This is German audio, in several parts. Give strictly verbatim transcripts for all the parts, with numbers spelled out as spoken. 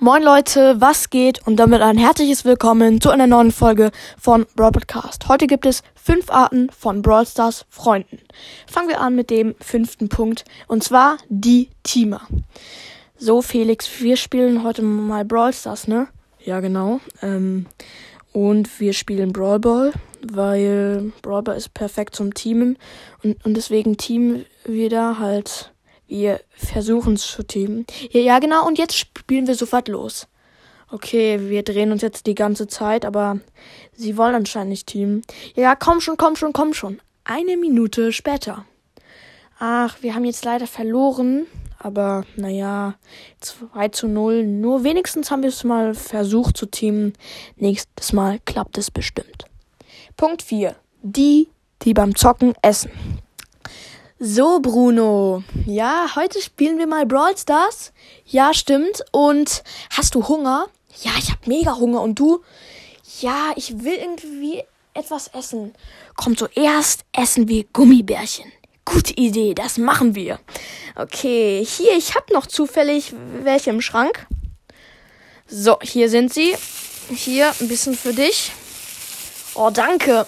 Moin Leute, was geht? Und damit ein herzliches Willkommen zu einer neuen Folge von Brawl Podcast. Heute gibt es fünf Arten von Brawl Stars Freunden. Fangen wir an mit dem fünften Punkt, und zwar die Teamer. So Felix, wir spielen heute mal Brawl Stars, ne? Ja genau. Ähm, und wir spielen Brawl Ball, weil Brawl Ball ist perfekt zum Teamen. Und, und deswegen teamen wir da halt... Wir versuchen es zu teamen. Ja, ja, genau. Und jetzt spielen wir sofort los. Okay, wir drehen uns jetzt die ganze Zeit, aber sie wollen anscheinend nicht teamen. Ja, komm schon, komm schon, komm schon. Eine Minute später. Ach, wir haben jetzt leider verloren. Aber, naja, zwei zu null. Nur wenigstens haben wir es mal versucht zu teamen. Nächstes Mal klappt es bestimmt. Punkt vier. Die, die beim Zocken essen. So, Bruno. Ja, heute spielen wir mal Brawl Stars. Ja, stimmt. Und hast du Hunger? Ja, ich habe mega Hunger. Und du? Ja, ich will irgendwie etwas essen. Komm, zuerst essen wir Gummibärchen. Gute Idee, das machen wir. Okay, hier, ich habe noch zufällig welche im Schrank. So, hier sind sie. Hier, ein bisschen für dich. Oh, danke.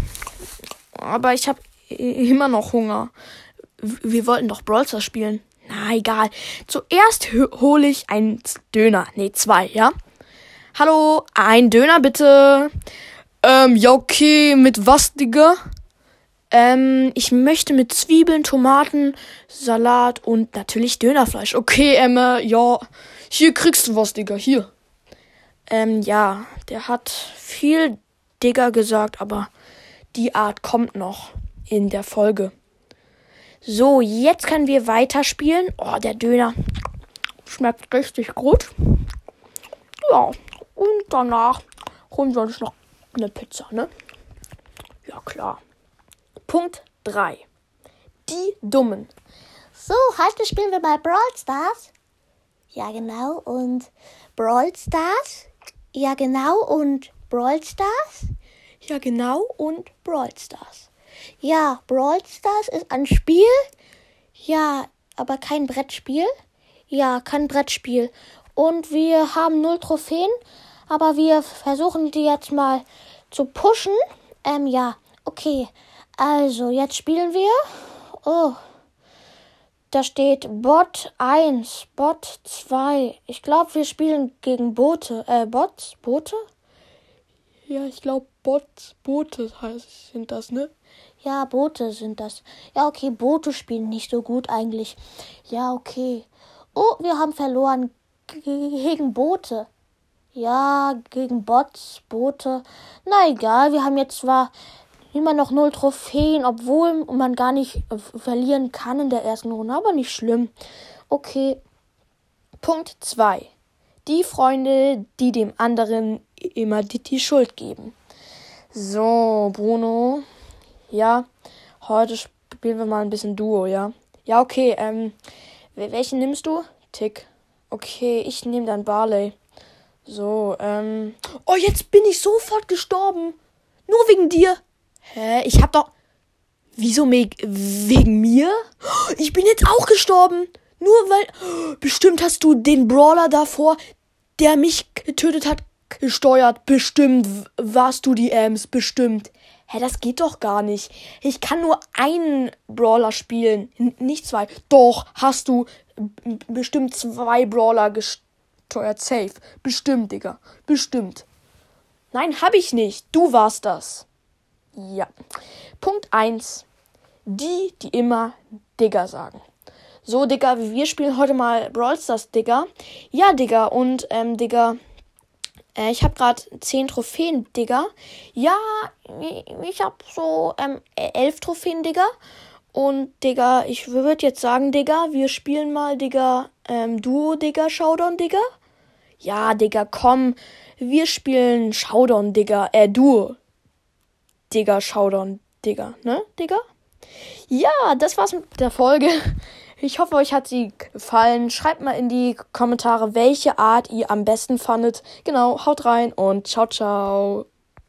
Aber ich habe immer noch Hunger. Wir wollten doch Brawl Stars spielen. Na, egal. Zuerst hole ich einen Döner. Nee, zwei, ja? Hallo, ein Döner bitte. Ähm, ja, okay. Mit was, Digga? Ähm, ich möchte mit Zwiebeln, Tomaten, Salat und natürlich Dönerfleisch. Okay, Emma, ja. Hier kriegst du was, Digga, hier. Ähm, ja, der hat viel Digga gesagt, aber die Art kommt noch in der Folge. So, jetzt können wir weiterspielen. Oh, der Döner schmeckt richtig gut. Ja, und danach holen wir uns noch eine Pizza, ne? Ja, klar. Punkt drei. Die Dummen. So, heute spielen wir mal Brawl Stars. Ja, genau. Und Brawl Stars. Ja, genau. Und Brawl Stars. Ja, genau. Und Brawl Stars. Ja, Brawl Stars ist ein Spiel. Ja, aber kein Brettspiel. Ja, kein Brettspiel. Und wir haben null Trophäen, aber wir versuchen die jetzt mal zu pushen. Ähm, ja, okay. Also, jetzt spielen wir. Oh, da steht Bot eins, Bot zwei. Ich glaube, wir spielen gegen Boote. Äh, Bots? Boote? Ja, ich glaube, Bots, Boote heißt, sind das, ne? Ja, Boote sind das. Ja, okay, Boote spielen nicht so gut eigentlich. Ja, okay. Oh, wir haben verloren gegen Boote. Ja, gegen Bots, Boote. Na egal, wir haben jetzt zwar immer noch null Trophäen, obwohl man gar nicht verlieren kann in der ersten Runde, aber nicht schlimm. Okay. Punkt zwei. Die Freunde, die dem anderen immer die, die Schuld geben. So, Bruno. Ja, heute spielen wir mal ein bisschen Duo, ja? Ja, okay, ähm, welchen nimmst du? Tick. Okay, ich nehme dann Barley. So, ähm, oh, jetzt bin ich sofort gestorben. Nur wegen dir. Hä, ich hab doch, wieso me- wegen mir? Ich bin jetzt auch gestorben. Nur weil, bestimmt hast du den Brawler davor, der mich getötet hat, gesteuert. Bestimmt warst du die Ems, bestimmt. Hä, das geht doch gar nicht. Ich kann nur einen Brawler spielen, n- nicht zwei. Doch, hast du b- bestimmt zwei Brawler gesteuert. Safe. Bestimmt, Digga. Bestimmt. Nein, hab ich nicht. Du warst das. Ja. Punkt eins. Die, die immer Digga sagen. So, Digga, wir spielen heute mal Brawl Stars, Digga. Ja, Digga, und, ähm, Digga... Ich habe gerade zehn Trophäen, Digga. Ja, ich habe so ähm, elf Trophäen, Digga. Und, Digga, ich würde jetzt sagen, Digga, wir spielen mal, Digga, ähm, Duo, Digga, Showdown, Digga. Ja, Digga, komm. Wir spielen Showdown, Digga. Äh, Duo. Digga, Showdown, Digga. Ne, Digga? Ja, das war's mit der Folge. Ich hoffe, euch hat sie gefallen. Schreibt mal in die Kommentare, welche Art ihr am besten fandet. Genau, haut rein und ciao, ciao.